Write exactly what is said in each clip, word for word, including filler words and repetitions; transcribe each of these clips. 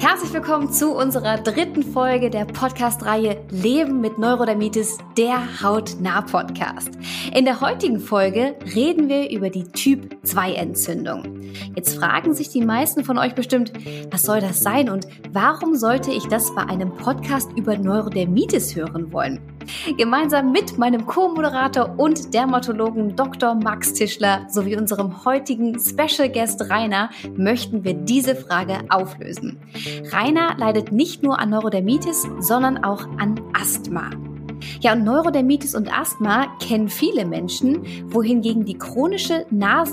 Herzlich willkommen zu unserer dritten Folge der Podcast-Reihe Leben mit Neurodermitis, der Hautnah-Podcast. In der heutigen Folge reden wir über die Typ zwei Entzündung. Jetzt fragen sich die meisten von euch bestimmt, was soll das sein und warum sollte ich das bei einem Podcast über Neurodermitis hören wollen? Gemeinsam mit meinem Co-Moderator und Dermatologen Doktor Max Tischler sowie unserem heutigen Special Guest Rainer möchten wir diese Frage auflösen. Rainer leidet nicht nur an Neurodermitis, sondern auch an Asthma. Ja, und Neurodermitis und Asthma kennen viele Menschen, wohingegen die chronische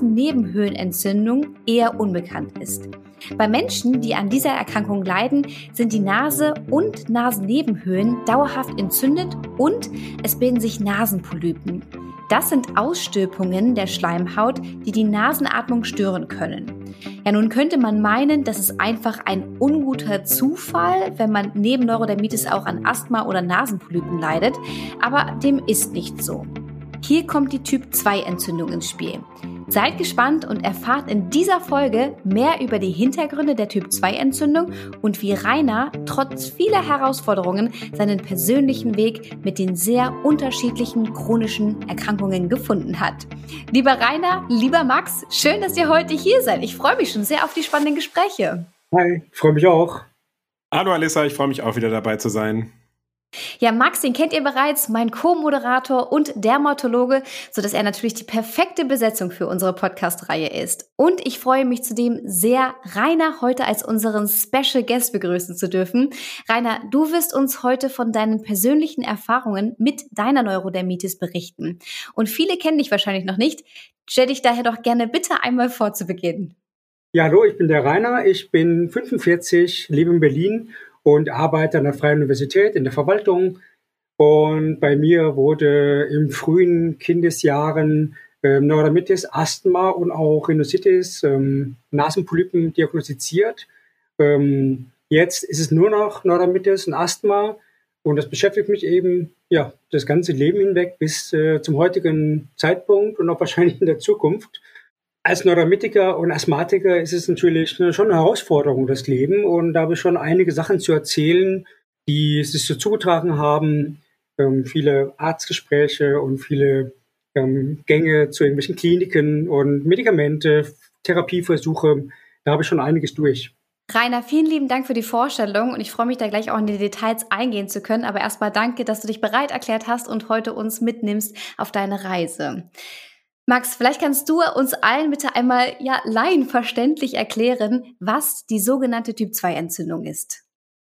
Nasennebenhöhlenentzündung eher unbekannt ist. Bei Menschen, die an dieser Erkrankung leiden, sind die Nase und Nasennebenhöhlen dauerhaft entzündet und es bilden sich Nasenpolypen. Das sind Ausstülpungen der Schleimhaut, die die Nasenatmung stören können. Ja, nun könnte man meinen, das ist einfach ein unguter Zufall, wenn man neben Neurodermitis auch an Asthma oder Nasenpolypen leidet, aber dem ist nicht so. Hier kommt die Typ zwei Entzündung ins Spiel. Seid gespannt und erfahrt in dieser Folge mehr über die Hintergründe der Typ zwei Entzündung und wie Rainer trotz vieler Herausforderungen seinen persönlichen Weg mit den sehr unterschiedlichen chronischen Erkrankungen gefunden hat. Lieber Rainer, lieber Max, schön, dass ihr heute hier seid. Ich freue mich schon sehr auf die spannenden Gespräche. Hi, ich freue mich auch. Hallo Alissa, ich freue mich auch wieder dabei zu sein. Ja, Max, den kennt ihr bereits, mein Co-Moderator und Dermatologe, sodass er natürlich die perfekte Besetzung für unsere Podcast-Reihe ist. Und ich freue mich zudem sehr, Rainer heute als unseren Special Guest begrüßen zu dürfen. Rainer, du wirst uns heute von deinen persönlichen Erfahrungen mit deiner Neurodermitis berichten. Und viele kennen dich wahrscheinlich noch nicht. Stell dich daher doch gerne bitte einmal vor zu Beginn. Ja, hallo, ich bin der Rainer, ich bin fünfundvierzig, lebe in Berlin und arbeite an der Freien Universität in der Verwaltung. Und bei mir wurde im frühen Kindesjahren ähm, Neurodermitis, Asthma und auch Rhinosinusitis, ähm, Nasenpolypen diagnostiziert. Ähm, jetzt ist es nur noch Neurodermitis und Asthma und das beschäftigt mich eben ja das ganze Leben hinweg bis äh, zum heutigen Zeitpunkt und auch wahrscheinlich in der Zukunft. Als Neurodermitiker und Asthmatiker ist es natürlich schon eine Herausforderung, das Leben. Und da habe ich schon einige Sachen zu erzählen, die sich so zugetragen haben. Ähm, viele Arztgespräche und viele ähm, Gänge zu irgendwelchen Kliniken und Medikamente, Therapieversuche. Da habe ich schon einiges durch. Rainer, vielen lieben Dank für die Vorstellung und ich freue mich, da gleich auch in die Details eingehen zu können. Aber erstmal danke, dass du dich bereit erklärt hast und heute uns mitnimmst auf deine Reise. Max, vielleicht kannst du uns allen bitte einmal ja laienverständlich erklären, was die sogenannte Typ zwei Entzündung ist.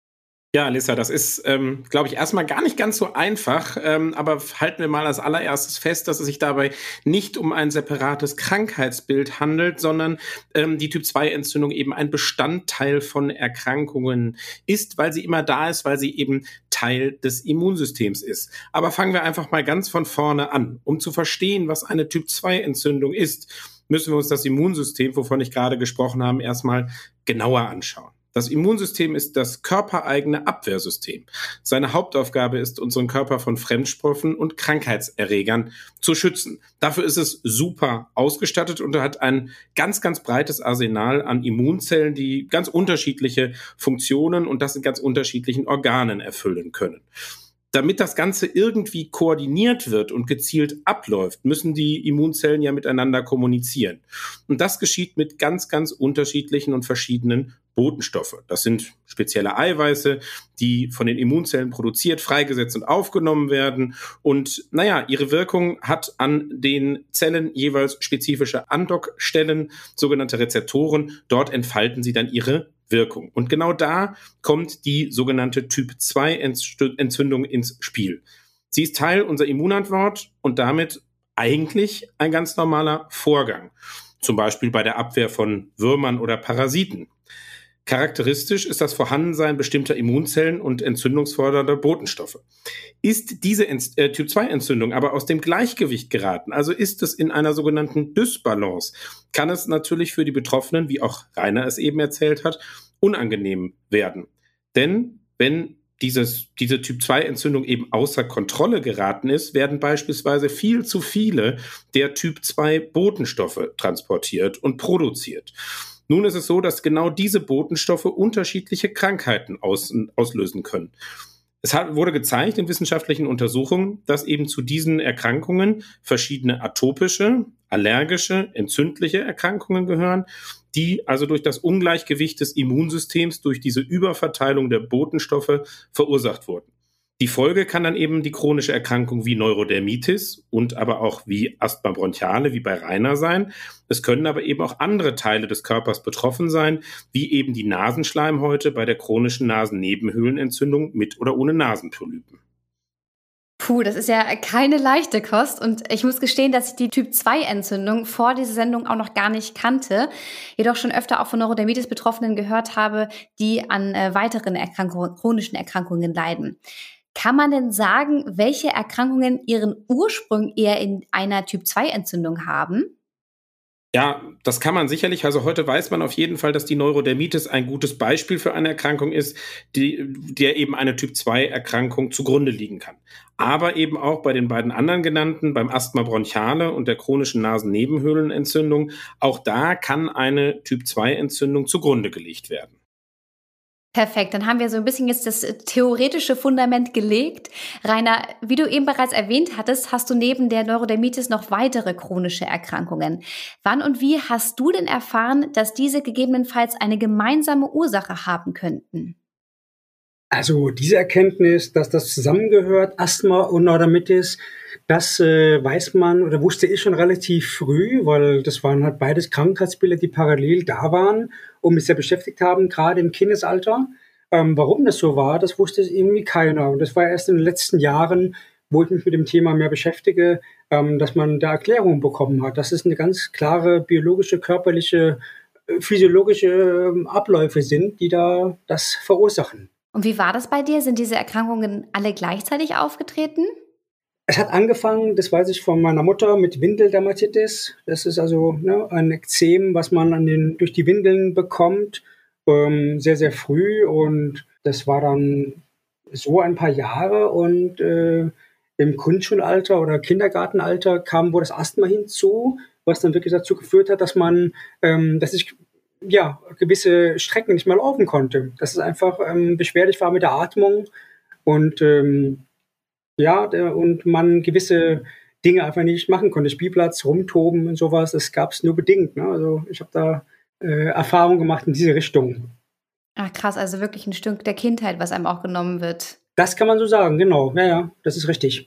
Ja, Alissa, das ist, ähm, glaube ich, erstmal gar nicht ganz so einfach, ähm, aber halten wir mal als allererstes fest, dass es sich dabei nicht um ein separates Krankheitsbild handelt, sondern ähm, die Typ zwei Entzündung eben ein Bestandteil von Erkrankungen ist, weil sie immer da ist, weil sie eben Teil des Immunsystems ist. Aber fangen wir einfach mal ganz von vorne an. Um zu verstehen, was eine Typ zwei Entzündung ist, müssen wir uns das Immunsystem, wovon ich gerade gesprochen habe, erstmal genauer anschauen. Das Immunsystem ist das körpereigene Abwehrsystem. Seine Hauptaufgabe ist, unseren Körper von Fremdstoffen und Krankheitserregern zu schützen. Dafür ist es super ausgestattet und hat ein ganz, ganz breites Arsenal an Immunzellen, die ganz unterschiedliche Funktionen und das in ganz unterschiedlichen Organen erfüllen können. Damit das Ganze irgendwie koordiniert wird und gezielt abläuft, müssen die Immunzellen ja miteinander kommunizieren. Und das geschieht mit ganz, ganz unterschiedlichen und verschiedenen Botenstoffen. Das sind spezielle Eiweiße, die von den Immunzellen produziert, freigesetzt und aufgenommen werden. Und naja, ihre Wirkung hat an den Zellen jeweils spezifische Andockstellen, sogenannte Rezeptoren. Dort entfalten sie dann ihre Wirkung. Und genau da kommt die sogenannte Typ zwei Entzündung ins Spiel. Sie ist Teil unserer Immunantwort und damit eigentlich ein ganz normaler Vorgang. Zum Beispiel bei der Abwehr von Würmern oder Parasiten. Charakteristisch ist das Vorhandensein bestimmter Immunzellen und entzündungsfördernder Botenstoffe. Ist diese Ent- äh, Typ zwei Entzündung aber aus dem Gleichgewicht geraten, also ist es in einer sogenannten Dysbalance, kann es natürlich für die Betroffenen, wie auch Rainer es eben erzählt hat, unangenehm werden. Denn wenn dieses, diese Typ zwei Entzündung eben außer Kontrolle geraten ist, werden beispielsweise viel zu viele der Typ zwei Botenstoffe transportiert und produziert. Nun ist es so, dass genau diese Botenstoffe unterschiedliche Krankheiten aus, auslösen können. Es hat, wurde gezeigt in wissenschaftlichen Untersuchungen, dass eben zu diesen Erkrankungen verschiedene atopische, allergische, entzündliche Erkrankungen gehören, die also durch das Ungleichgewicht des Immunsystems, durch diese Überverteilung der Botenstoffe verursacht wurden. Die Folge kann dann eben die chronische Erkrankung wie Neurodermitis und aber auch wie Asthma bronchiale, wie bei Rainer sein. Es können aber eben auch andere Teile des Körpers betroffen sein, wie eben die Nasenschleimhäute bei der chronischen Nasennebenhöhlenentzündung mit oder ohne Nasenpolypen. Puh, das ist ja keine leichte Kost und ich muss gestehen, dass ich die Typ zwei Entzündung vor dieser Sendung auch noch gar nicht kannte, jedoch schon öfter auch von Neurodermitis-Betroffenen gehört habe, die an äh, weiteren Erkrankungen, chronischen Erkrankungen leiden. Kann man denn sagen, welche Erkrankungen ihren Ursprung eher in einer Typ zwei Entzündung haben? Ja, das kann man sicherlich. Also heute weiß man auf jeden Fall, dass die Neurodermitis ein gutes Beispiel für eine Erkrankung ist, die, der eben eine Typ zwei Erkrankung zugrunde liegen kann. Aber eben auch bei den beiden anderen genannten, beim Asthma bronchiale und der chronischen Nasennebenhöhlenentzündung, auch da kann eine Typ zwei Entzündung zugrunde gelegt werden. Perfekt, dann haben wir so ein bisschen jetzt das theoretische Fundament gelegt. Rainer, wie du eben bereits erwähnt hattest, hast du neben der Neurodermitis noch weitere chronische Erkrankungen. Wann und wie hast du denn erfahren, dass diese gegebenenfalls eine gemeinsame Ursache haben könnten? Also diese Erkenntnis, dass das zusammengehört, Asthma und Neurodermitis, das äh, weiß man oder wusste ich schon relativ früh, weil das waren halt beides Krankheitsbilder, die parallel da waren und mich sehr beschäftigt haben, gerade im Kindesalter. Ähm, warum das so war, das wusste irgendwie keiner. Und das war erst in den letzten Jahren, wo ich mich mit dem Thema mehr beschäftige, ähm, dass man da Erklärungen bekommen hat. Dass es eine ganz klare biologische, körperliche, äh, physiologische äh, Abläufe sind, die da das verursachen. Und wie war das bei dir? Sind diese Erkrankungen alle gleichzeitig aufgetreten? Es hat angefangen, das weiß ich von meiner Mutter, mit Windeldermatitis. Das ist also ne, ein Ekzem, was man an den, durch die Windeln bekommt, ähm, sehr, sehr früh. Und das war dann so ein paar Jahre. Und äh, im Grundschulalter oder Kindergartenalter kam wohl das Asthma hinzu, was dann wirklich dazu geführt hat, dass man, ähm, dass ich ja, gewisse Strecken nicht mehr laufen konnte. Dass es einfach ähm, beschwerlich war mit der Atmung und ähm, ja, der, und man gewisse Dinge einfach nicht machen konnte. Spielplatz, rumtoben und sowas, das gab es nur bedingt. Ne? Also ich habe da äh, Erfahrungen gemacht in diese Richtung. Ach krass, also wirklich ein Stück der Kindheit, was einem auch genommen wird. Das kann man so sagen, genau. Ja, ja, das ist richtig.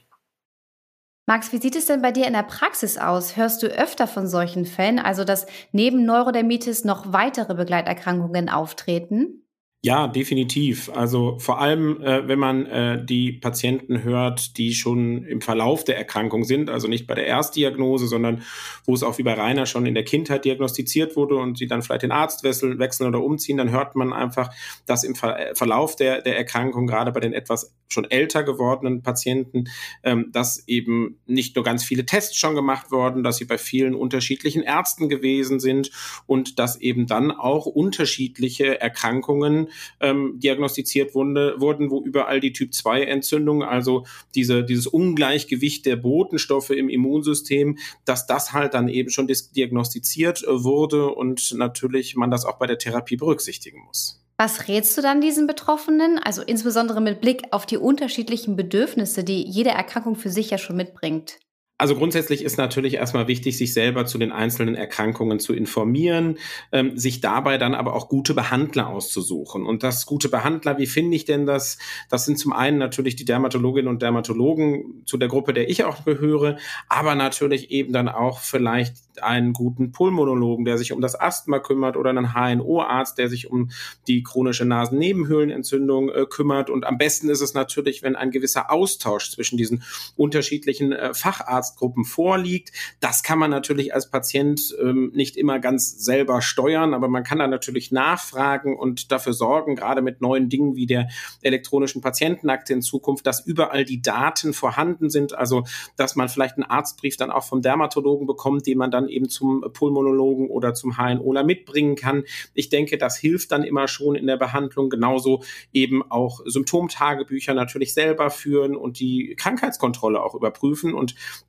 Max, wie sieht es denn bei dir in der Praxis aus? Hörst du öfter von solchen Fällen, also dass neben Neurodermitis noch weitere Begleiterkrankungen auftreten? Ja, definitiv. Also vor allem, äh, wenn man äh, die Patienten hört, die schon im Verlauf der Erkrankung sind, also nicht bei der Erstdiagnose, sondern wo es auch wie bei Rainer schon in der Kindheit diagnostiziert wurde und sie dann vielleicht den Arzt wechseln, wechseln oder umziehen, dann hört man einfach, dass im Ver- Verlauf der, der Erkrankung, gerade bei den etwas schon älter gewordenen Patienten, ähm, dass eben nicht nur ganz viele Tests schon gemacht wurden, dass sie bei vielen unterschiedlichen Ärzten gewesen sind und dass eben dann auch unterschiedliche Erkrankungen ähm, diagnostiziert wurde, wurden, wo überall die Typ zwei Entzündung, also diese, dieses Ungleichgewicht der Botenstoffe im Immunsystem, dass das halt dann eben schon dis- diagnostiziert äh, wurde und natürlich man das auch bei der Therapie berücksichtigen muss. Was rätst du dann diesen Betroffenen, also insbesondere mit Blick auf die unterschiedlichen Bedürfnisse, die jede Erkrankung für sich ja schon mitbringt? Also grundsätzlich ist natürlich erstmal wichtig, sich selber zu den einzelnen Erkrankungen zu informieren, ähm, sich dabei dann aber auch gute Behandler auszusuchen. Und das gute Behandler, wie finde ich denn das? Das sind zum einen natürlich die Dermatologinnen und Dermatologen, zu der Gruppe, der ich auch gehöre, aber natürlich eben dann auch vielleicht einen guten Pulmonologen, der sich um das Asthma kümmert oder einen H N O-Arzt, der sich um die chronische Nasennebenhöhlenentzündung äh, kümmert. Und am besten ist es natürlich, wenn ein gewisser Austausch zwischen diesen unterschiedlichen äh, Facharztgruppen vorliegt. Das kann man natürlich als Patient ähm, nicht immer ganz selber steuern, aber man kann da natürlich nachfragen und dafür sorgen, gerade mit neuen Dingen wie der elektronischen Patientenakte in Zukunft, dass überall die Daten vorhanden sind, also dass man vielleicht einen Arztbrief dann auch vom Dermatologen bekommt, den man dann eben zum Pulmonologen oder zum H N Oler mitbringen kann. Ich denke, das hilft dann immer schon in der Behandlung. Genauso eben auch Symptomtagebücher natürlich selber führen und die Krankheitskontrolle auch überprüfen. Und da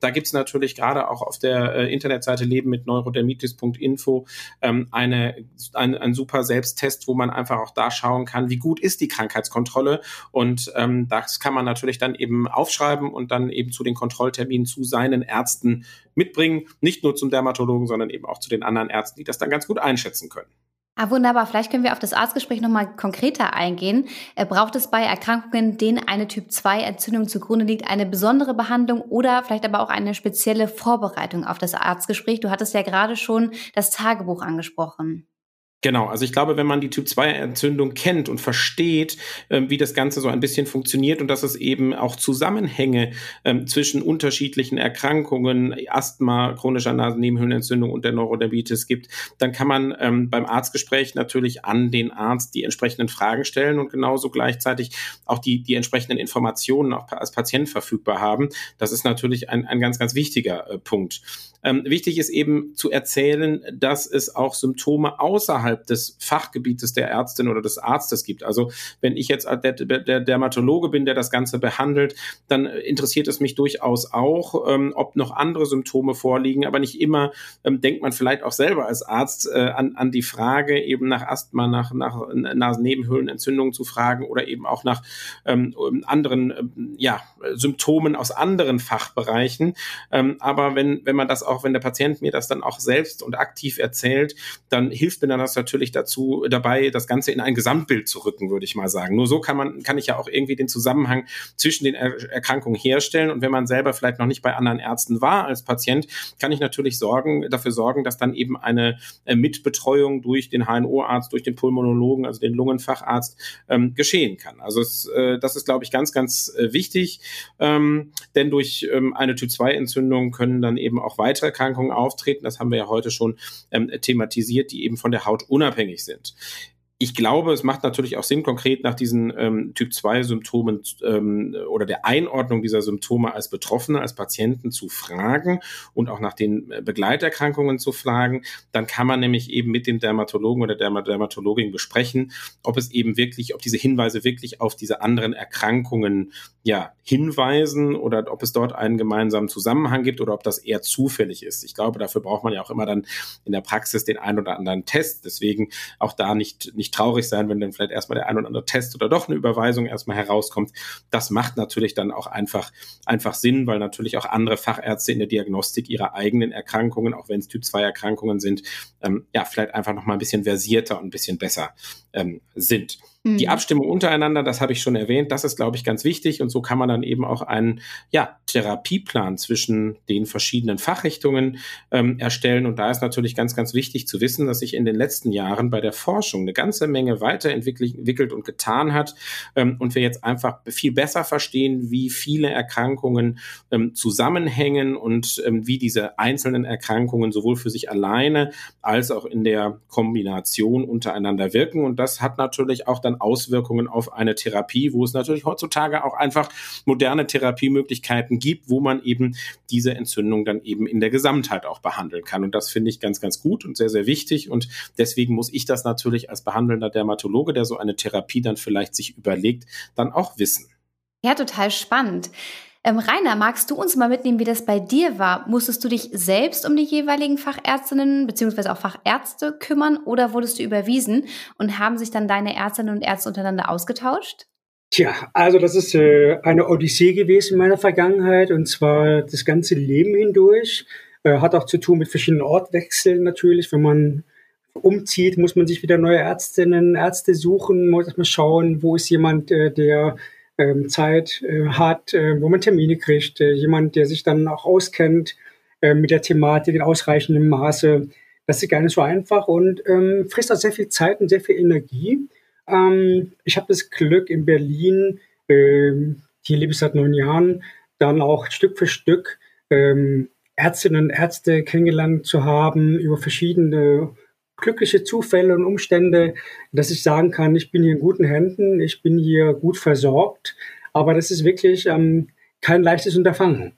da gibt's natürlich gerade auch auf der äh, Internetseite leben mit neurodermitis punkt info ähm, eine, ein, ein super Selbsttest, wo man einfach auch da schauen kann, wie gut ist die Krankheitskontrolle. Und ähm, das kann man natürlich dann eben aufschreiben und dann eben zu den Kontrollterminen zu seinen Ärzten mitbringen. Nicht nur zum Dermatologen, sondern eben auch zu den anderen Ärzten, die das dann ganz gut einschätzen können. Ah, wunderbar. Vielleicht können wir auf das Arztgespräch nochmal konkreter eingehen. Äh, braucht es bei Erkrankungen, denen eine Typ zwei Entzündung zugrunde liegt, eine besondere Behandlung oder vielleicht aber auch eine spezielle Vorbereitung auf das Arztgespräch? Du hattest ja gerade schon das Tagebuch angesprochen. Genau, also ich glaube, wenn man die Typ zwei Entzündung kennt und versteht, ähm, wie das Ganze so ein bisschen funktioniert und dass es eben auch Zusammenhänge ähm, zwischen unterschiedlichen Erkrankungen, Asthma, chronischer Nasennebenhöhlenentzündung und der Neurodermitis gibt, dann kann man ähm, beim Arztgespräch natürlich an den Arzt die entsprechenden Fragen stellen und genauso gleichzeitig auch die, die entsprechenden Informationen auch als Patient verfügbar haben. Das ist natürlich ein, ein ganz, ganz wichtiger äh, Punkt. Ähm, wichtig ist eben zu erzählen, dass es auch Symptome außerhalb des Fachgebietes der Ärztin oder des Arztes gibt. Also wenn ich jetzt der, der Dermatologe bin, der das Ganze behandelt, dann interessiert es mich durchaus auch, ähm, ob noch andere Symptome vorliegen. Aber nicht immer ähm, denkt man vielleicht auch selber als Arzt äh, an, an die Frage, eben nach Asthma, nach, nach Nasennebenhöhlenentzündungen zu fragen oder eben auch nach ähm, anderen ähm, ja, Symptomen aus anderen Fachbereichen. Ähm, aber wenn, wenn man das auch wenn der Patient mir das dann auch selbst und aktiv erzählt, dann hilft mir dann das natürlich dazu dabei, das Ganze in ein Gesamtbild zu rücken, würde ich mal sagen. Nur so kann man, kann ich ja auch irgendwie den Zusammenhang zwischen den er- Erkrankungen herstellen. Und wenn man selber vielleicht noch nicht bei anderen Ärzten war als Patient, kann ich natürlich sorgen, dafür sorgen, dass dann eben eine äh, Mitbetreuung durch den H N O-Arzt, durch den Pulmonologen, also den Lungenfacharzt, ähm, geschehen kann. Also es, äh, das ist, glaube ich, ganz, ganz äh, wichtig, ähm, denn durch ähm, eine Typ zwei Entzündung können dann eben auch weitere Erkrankungen auftreten. Das haben wir ja heute schon ähm, thematisiert, die eben von der Haut unabhängig sind. Ich glaube, es macht natürlich auch Sinn, konkret nach diesen ähm, Typ zwei Symptomen ähm, oder der Einordnung dieser Symptome als Betroffene, als Patienten zu fragen und auch nach den Begleiterkrankungen zu fragen. Dann kann man nämlich eben mit dem Dermatologen oder der Dermatologin besprechen, ob es eben wirklich, ob diese Hinweise wirklich auf diese anderen Erkrankungen ja hinweisen oder ob es dort einen gemeinsamen Zusammenhang gibt oder ob das eher zufällig ist. Ich glaube, dafür braucht man ja auch immer dann in der Praxis den einen oder anderen Test. Deswegen auch da nicht, nicht traurig sein, wenn dann vielleicht erstmal der ein oder andere Test oder doch eine Überweisung erstmal herauskommt. Das macht natürlich dann auch einfach, einfach Sinn, weil natürlich auch andere Fachärzte in der Diagnostik ihrer eigenen Erkrankungen, auch wenn es Typ zwei Erkrankungen sind, ähm, ja, vielleicht einfach noch mal ein bisschen versierter und ein bisschen besser ähm, sind. Die Abstimmung untereinander, das habe ich schon erwähnt, das ist, glaube ich, ganz wichtig. Und so kann man dann eben auch einen ja, Therapieplan zwischen den verschiedenen Fachrichtungen ähm, erstellen. Und da ist natürlich ganz, ganz wichtig zu wissen, dass sich in den letzten Jahren bei der Forschung eine ganze Menge weiterentwickelt und getan hat. Ähm, und wir jetzt einfach viel besser verstehen, wie viele Erkrankungen ähm, zusammenhängen und ähm, wie diese einzelnen Erkrankungen sowohl für sich alleine als auch in der Kombination untereinander wirken. Und das hat natürlich auch dann Auswirkungen auf eine Therapie, wo es natürlich heutzutage auch einfach moderne Therapiemöglichkeiten gibt, wo man eben diese Entzündung dann eben in der Gesamtheit auch behandeln kann. Und das finde ich ganz, ganz gut und sehr, sehr wichtig. Und deswegen muss ich das natürlich als behandelnder Dermatologe, der so eine Therapie dann vielleicht sich überlegt, dann auch wissen. Ja, total spannend. Ähm, Rainer, magst du uns mal mitnehmen, wie das bei dir war? Musstest du dich selbst um die jeweiligen Fachärztinnen bzw. auch Fachärzte kümmern oder wurdest du überwiesen und haben sich dann deine Ärztinnen und Ärzte untereinander ausgetauscht? Tja, also das ist äh, eine Odyssee gewesen in meiner Vergangenheit und zwar das ganze Leben hindurch. Äh, hat auch zu tun mit verschiedenen Ortwechseln natürlich. Wenn man umzieht, muss man sich wieder neue Ärztinnen, Ärzte suchen, muss man schauen, wo ist jemand, äh, der ähm, Zeit äh, hat, äh, wo man Termine kriegt, äh, jemand, der sich dann auch auskennt äh, mit der Thematik in ausreichendem Maße. Das ist gar nicht so einfach und ähm, frisst auch sehr viel Zeit und sehr viel Energie. Ähm, ich habe das Glück in Berlin, ähm, hier lebe ich seit neun Jahren, dann auch Stück für Stück ähm, Ärztinnen und Ärzte kennengelernt zu haben über verschiedene glückliche Zufälle und Umstände, dass ich sagen kann, ich bin hier in guten Händen, ich bin hier gut versorgt, aber das ist wirklich ähm, kein leichtes Unterfangen.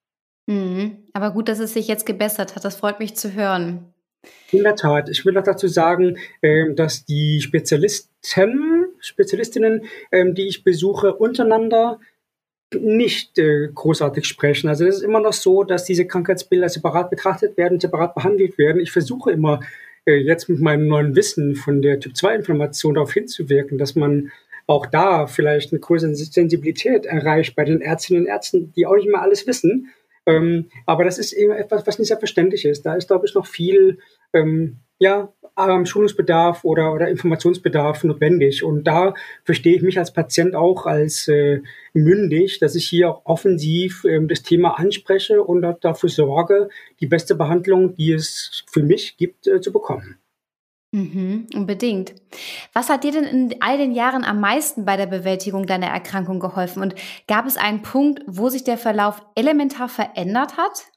Mhm. Aber gut, dass es sich jetzt gebessert hat, das freut mich zu hören. In der Tat, ich will noch dazu sagen, ähm, dass die Spezialisten, Spezialistinnen, ähm, die ich besuche, untereinander nicht äh, großartig sprechen. Also es ist immer noch so, dass diese Krankheitsbilder separat betrachtet werden, separat behandelt werden. Ich versuche immer äh, jetzt mit meinem neuen Wissen von der Typ zwei Inflammation darauf hinzuwirken, dass man auch da vielleicht eine größere Sensibilität erreicht bei den Ärztinnen und Ärzten, die auch nicht mehr alles wissen. Ähm, aber das ist eben etwas, was nicht selbstverständlich ist. Da ist, glaube ich, noch viel ähm, ja, ähm, Schulungsbedarf oder, oder Informationsbedarf notwendig. Und da verstehe ich mich als Patient auch als äh, mündig, dass ich hier auch offensiv ähm, das Thema anspreche und dafür sorge, die beste Behandlung, die es für mich gibt, äh, zu bekommen. Mhm, unbedingt. Was hat dir denn in all den Jahren am meisten bei der Bewältigung deiner Erkrankung geholfen? Und gab es einen Punkt, wo sich der Verlauf elementar verändert hat?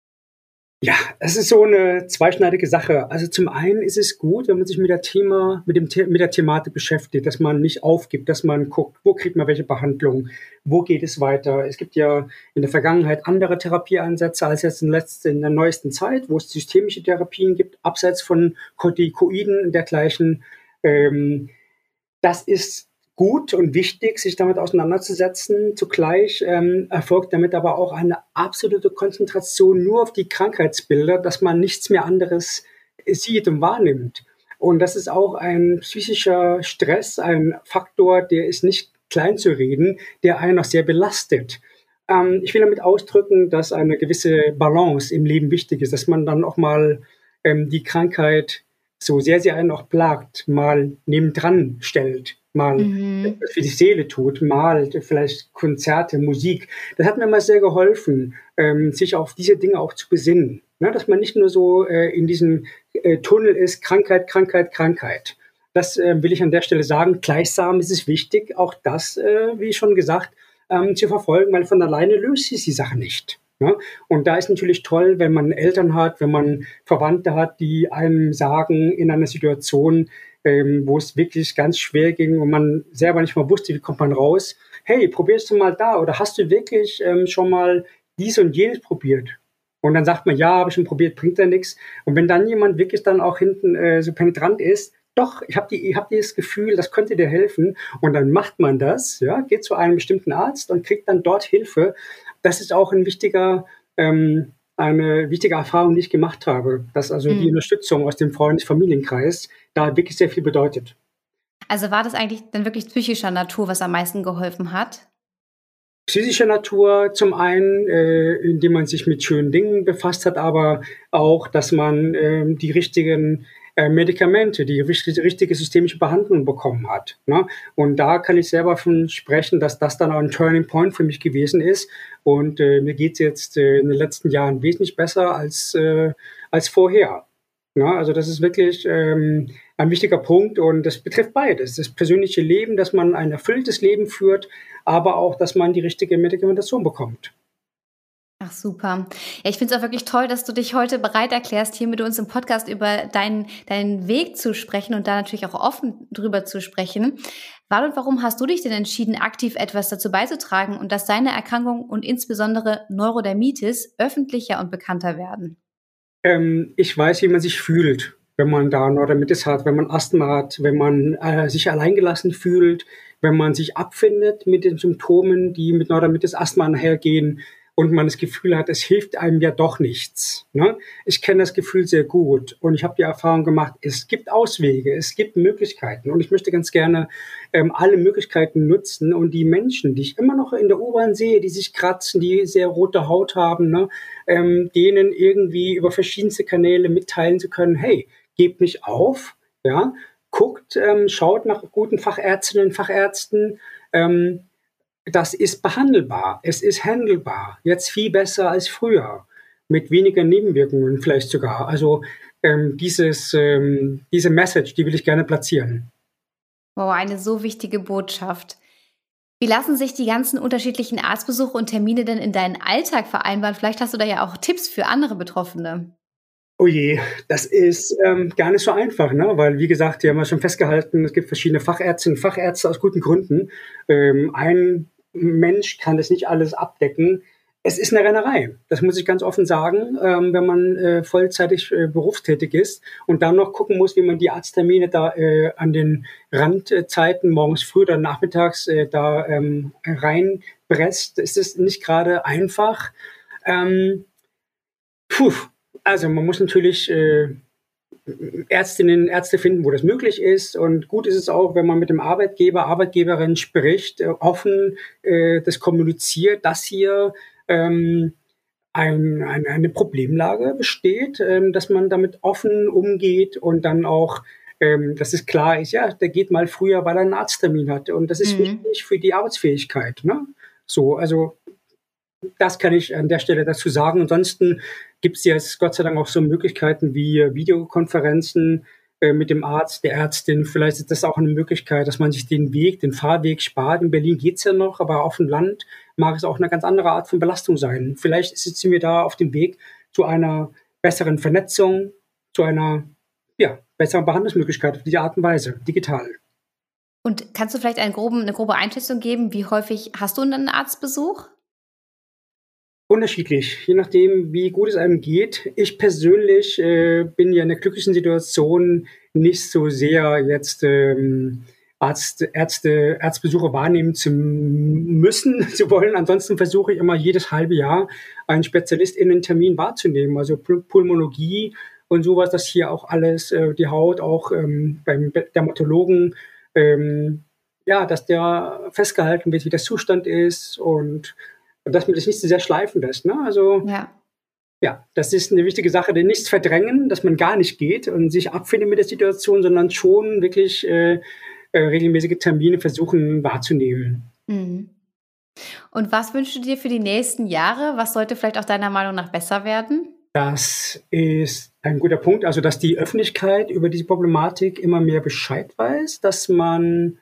Ja, es ist so eine zweischneidige Sache. Also zum einen ist es gut, wenn man sich mit der Thema, mit dem, mit der Thematik beschäftigt, dass man nicht aufgibt, dass man guckt, wo kriegt man welche Behandlung, wo geht es weiter. Es gibt ja in der Vergangenheit andere Therapieansätze als jetzt in, letzter, in der neuesten Zeit, wo es systemische Therapien gibt, abseits von Corticoiden und dergleichen. Ähm, das ist gut und wichtig, sich damit auseinanderzusetzen. Zugleich ähm, erfolgt damit aber auch eine absolute Konzentration nur auf die Krankheitsbilder, dass man nichts mehr anderes sieht und wahrnimmt. Und das ist auch ein psychischer Stress, ein Faktor, der ist nicht klein zu reden, der einen auch sehr belastet. Ähm, ich will damit ausdrücken, dass eine gewisse Balance im Leben wichtig ist, dass man dann auch mal ähm, die Krankheit, so sehr sie einen auch plagt, mal nebendran stellt, mal Mhm. für die Seele tut, mal vielleicht Konzerte, Musik. Das hat mir immer sehr geholfen, ähm, sich auf diese Dinge auch zu besinnen. Ne? Dass man nicht nur so äh, in diesem äh, Tunnel ist, Krankheit, Krankheit, Krankheit. Das äh, will ich an der Stelle sagen. Gleichsam ist es wichtig, auch das, äh, wie schon gesagt, ähm, zu verfolgen, weil von alleine löst sich die Sache nicht. Ne? Und da ist natürlich toll, wenn man Eltern hat, wenn man Verwandte hat, die einem sagen in einer Situation, ähm, wo es wirklich ganz schwer ging und man selber nicht mal wusste, wie kommt man raus. Hey, probierst du mal da oder hast du wirklich ähm, schon mal dies und jenes probiert? Und dann sagt man, ja, habe ich schon probiert, bringt ja nichts. Und wenn dann jemand wirklich dann auch hinten äh, so penetrant ist, doch, ich habe die, ich hab dieses Gefühl, das könnte dir helfen. Und dann macht man das, ja, geht zu einem bestimmten Arzt und kriegt dann dort Hilfe. Das ist auch ein wichtiger, ähm, eine wichtige Erfahrung, die ich gemacht habe, dass also die Mhm. Unterstützung aus dem Freundes-Familienkreis da wirklich sehr viel bedeutet. Also war das eigentlich dann wirklich psychischer Natur, was am meisten geholfen hat? Psychischer Natur zum einen, äh, indem man sich mit schönen Dingen befasst hat, aber auch, dass man äh, die richtigen äh, Medikamente, die richtige, richtige systemische Behandlung bekommen hat. Ne? Und da kann ich selber von sprechen, dass das dann auch ein Turning Point für mich gewesen ist. Und äh, mir geht es jetzt äh, in den letzten Jahren wesentlich besser als, äh, als vorher. Ja, also das ist wirklich ähm, ein wichtiger Punkt und das betrifft beides. Das persönliche Leben, dass man ein erfülltes Leben führt, aber auch, dass man die richtige Medikamentation bekommt. Ach super. Ja, ich finde es auch wirklich toll, dass du dich heute bereit erklärst, hier mit uns im Podcast über deinen, deinen Weg zu sprechen und da natürlich auch offen drüber zu sprechen. Wann und warum hast du dich denn entschieden, aktiv etwas dazu beizutragen und dass deine Erkrankung und insbesondere Neurodermitis öffentlicher und bekannter werden? Ähm, ich weiß, wie man sich fühlt, wenn man da Neurodermitis hat, wenn man Asthma hat, wenn man äh, sich alleingelassen fühlt, wenn man sich abfindet mit den Symptomen, die mit Neurodermitis Asthma einhergehen und man das Gefühl hat, es hilft einem ja doch nichts. Ne? Ich kenne das Gefühl sehr gut und ich habe die Erfahrung gemacht, es gibt Auswege, es gibt Möglichkeiten und ich möchte ganz gerne ähm, alle Möglichkeiten nutzen und die Menschen, die ich immer noch in der U-Bahn sehe, die sich kratzen, die sehr rote Haut haben, ne, ähm, denen irgendwie über verschiedenste Kanäle mitteilen zu können, hey, gebt nicht auf, ja, guckt, ähm, schaut nach guten Fachärztinnen und Fachärzten, ähm, das ist behandelbar, es ist handelbar, jetzt viel besser als früher, mit weniger Nebenwirkungen vielleicht sogar. Also ähm, dieses, ähm, diese Message, die will ich gerne platzieren. Wow, eine so wichtige Botschaft. Wie lassen sich die ganzen unterschiedlichen Arztbesuche und Termine denn in deinen Alltag vereinbaren? Vielleicht hast du da ja auch Tipps für andere Betroffene. Oh je, das ist ähm, gar nicht so einfach, ne? Weil, wie gesagt, wir haben ja schon festgehalten, es gibt verschiedene Fachärztinnen und Fachärzte aus guten Gründen. Ähm, ein Mensch kann das nicht alles abdecken. Es ist eine Rennerei, das muss ich ganz offen sagen, ähm, wenn man äh, vollzeitig äh, berufstätig ist und dann noch gucken muss, wie man die Arzttermine da äh, an den Randzeiten, morgens früh oder nachmittags, äh, da ähm, rein Brest ist es nicht gerade einfach. Ähm, puh, also man muss natürlich äh, Ärztinnen, Ärzte finden, wo das möglich ist. Und gut ist es auch, wenn man mit dem Arbeitgeber, Arbeitgeberin spricht, äh, offen äh, das kommuniziert, dass hier ähm, ein, ein, eine Problemlage besteht, ähm, dass man damit offen umgeht und dann auch, ähm, dass es klar ist, ja, der geht mal früher, weil er einen Arzttermin hat. Und das ist Mhm. wichtig für die Arbeitsfähigkeit. Ne? So, also das kann ich an der Stelle dazu sagen. Ansonsten gibt es jetzt Gott sei Dank auch so Möglichkeiten wie Videokonferenzen äh, mit dem Arzt, der Ärztin. Vielleicht ist das auch eine Möglichkeit, dass man sich den Weg, den Fahrweg spart. In Berlin geht's ja noch, aber auf dem Land mag es auch eine ganz andere Art von Belastung sein. Vielleicht sind wir da auf dem Weg zu einer besseren Vernetzung, zu einer ja, besseren Behandlungsmöglichkeit auf diese Art und Weise, digital. Und kannst du vielleicht einen groben, eine grobe Einschätzung geben, wie häufig hast du einen Arztbesuch? Unterschiedlich, je nachdem, wie gut es einem geht. Ich persönlich äh, bin ja in der glücklichen Situation, nicht so sehr jetzt ähm, Arzt, Ärzte, Arztbesuche wahrnehmen zu müssen, zu wollen. Ansonsten versuche ich immer jedes halbe Jahr einen SpezialistInnen-Termin wahrzunehmen, also Pul- Pulmologie und sowas, dass hier auch alles, äh, die Haut auch ähm, beim Dermatologen, ähm, ja, dass der festgehalten wird, wie der Zustand ist und und dass man das nicht so sehr schleifen lässt. Ne? Also Ja. ja, das ist eine wichtige Sache, denn nichts verdrängen, dass man gar nicht geht und sich abfindet mit der Situation, sondern schon wirklich äh, äh, regelmäßige Termine versuchen wahrzunehmen. Mhm. Und was wünschst du dir für die nächsten Jahre? Was sollte vielleicht auch deiner Meinung nach besser werden? Das ist ein guter Punkt, also dass die Öffentlichkeit über diese Problematik immer mehr Bescheid weiß, dass man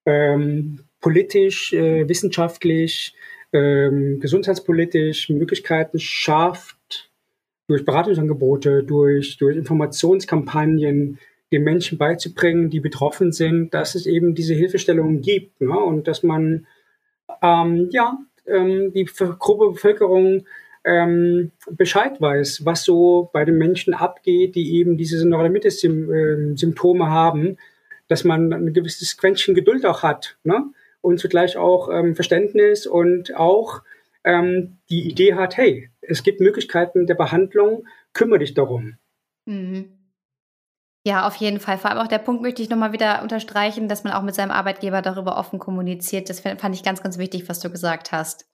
ähm, politisch, äh, wissenschaftlich, ähm, gesundheitspolitisch Möglichkeiten schafft, durch Beratungsangebote, durch, durch Informationskampagnen den Menschen beizubringen, die betroffen sind, dass es eben diese Hilfestellungen gibt, ne? Und dass man ähm, ja, ähm, die Gruppe Bevölkerung ähm, Bescheid weiß, was so bei den Menschen abgeht, die eben diese Neurodermitis-Symptome haben, dass man ein gewisses Quäntchen Geduld auch hat, ne? Und zugleich auch ähm, Verständnis und auch ähm, die Idee hat, hey, es gibt Möglichkeiten der Behandlung, kümmere dich darum. Mhm. Ja, auf jeden Fall. Vor allem auch der Punkt möchte ich nochmal wieder unterstreichen, dass man auch mit seinem Arbeitgeber darüber offen kommuniziert. Das fand ich ganz, ganz wichtig, was du gesagt hast.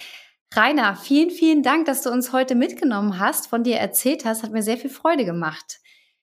Rainer, vielen, vielen Dank, dass du uns heute mitgenommen hast, von dir erzählt hast. Hat mir sehr viel Freude gemacht.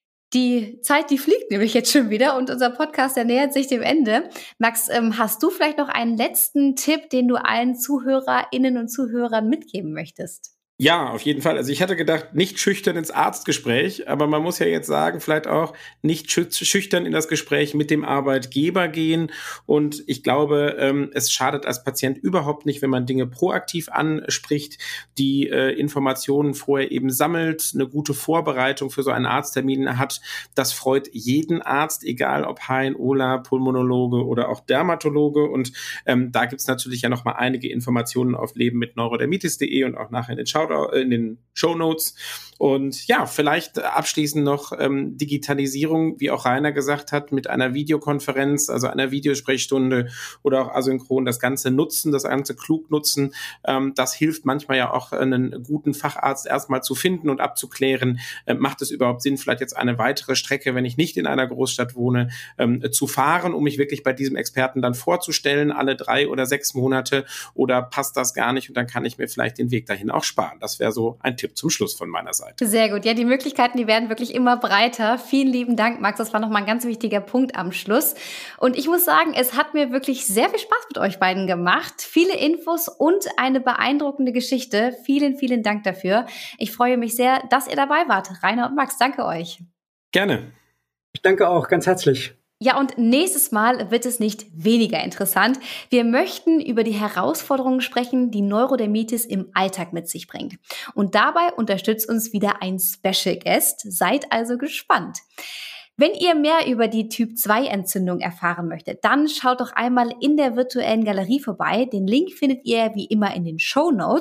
Die Zeit, die fliegt nämlich jetzt schon wieder und unser Podcast, der nähert sich dem Ende. Max, ähm, hast du vielleicht noch einen letzten Tipp, den du allen ZuhörerInnen und Zuhörern mitgeben möchtest? Ja, auf jeden Fall. Also ich hatte gedacht, nicht schüchtern ins Arztgespräch, aber man muss ja jetzt sagen, vielleicht auch nicht schüchtern in das Gespräch mit dem Arbeitgeber gehen. Und ich glaube, ähm, es schadet als Patient überhaupt nicht, wenn man Dinge proaktiv anspricht, die äh, Informationen vorher eben sammelt, eine gute Vorbereitung für so einen Arzttermin hat. Das freut jeden Arzt, egal ob H N O L A, Pulmonologe oder auch Dermatologe. Und ähm, da gibt's natürlich ja noch mal einige Informationen auf leben mit neurodermitis punkt de und auch nachher in den Shoutout in den Shownotes. Und ja, vielleicht abschließend noch ähm, Digitalisierung, wie auch Rainer gesagt hat, mit einer Videokonferenz, also einer Videosprechstunde oder auch asynchron das Ganze nutzen, das Ganze klug nutzen. Ähm, das hilft manchmal ja auch, einen guten Facharzt erstmal zu finden und abzuklären, äh, macht es überhaupt Sinn, vielleicht jetzt eine weitere Strecke, wenn ich nicht in einer Großstadt wohne, ähm, zu fahren, um mich wirklich bei diesem Experten dann vorzustellen, alle drei oder sechs Monate, oder passt das gar nicht und dann kann ich mir vielleicht den Weg dahin auch sparen. Das wäre so ein Tipp zum Schluss von meiner Seite. Sehr gut. Ja, die Möglichkeiten, die werden wirklich immer breiter. Vielen lieben Dank, Max. Das war nochmal ein ganz wichtiger Punkt am Schluss. Und ich muss sagen, es hat mir wirklich sehr viel Spaß mit euch beiden gemacht. Viele Infos und eine beeindruckende Geschichte. Vielen, vielen Dank dafür. Ich freue mich sehr, dass ihr dabei wart. Rainer und Max, danke euch. Gerne. Ich danke auch ganz herzlich. Ja, und nächstes Mal wird es nicht weniger interessant. Wir möchten über die Herausforderungen sprechen, die Neurodermitis im Alltag mit sich bringt. Und dabei unterstützt uns wieder ein Special Guest. Seid also gespannt. Wenn ihr mehr über die Typ zwei Entzündung erfahren möchtet, dann schaut doch einmal in der virtuellen Galerie vorbei. Den Link findet ihr wie immer in den Shownotes.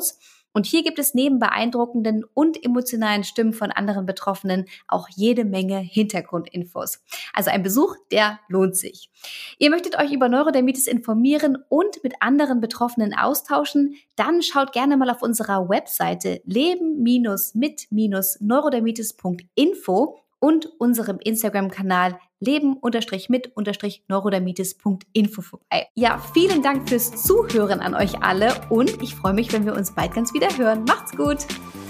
Und hier gibt es neben beeindruckenden und emotionalen Stimmen von anderen Betroffenen auch jede Menge Hintergrundinfos. Also ein Besuch, der lohnt sich. Ihr möchtet euch über Neurodermitis informieren und mit anderen Betroffenen austauschen? Dann schaut gerne mal auf unserer Webseite leben mit neurodermitis punkt info und unserem Instagram-Kanal leben-mit-neurodermitis punkt info vorbei. Ja, vielen Dank fürs Zuhören an euch alle und ich freue mich, wenn wir uns bald ganz wieder hören. Macht's gut!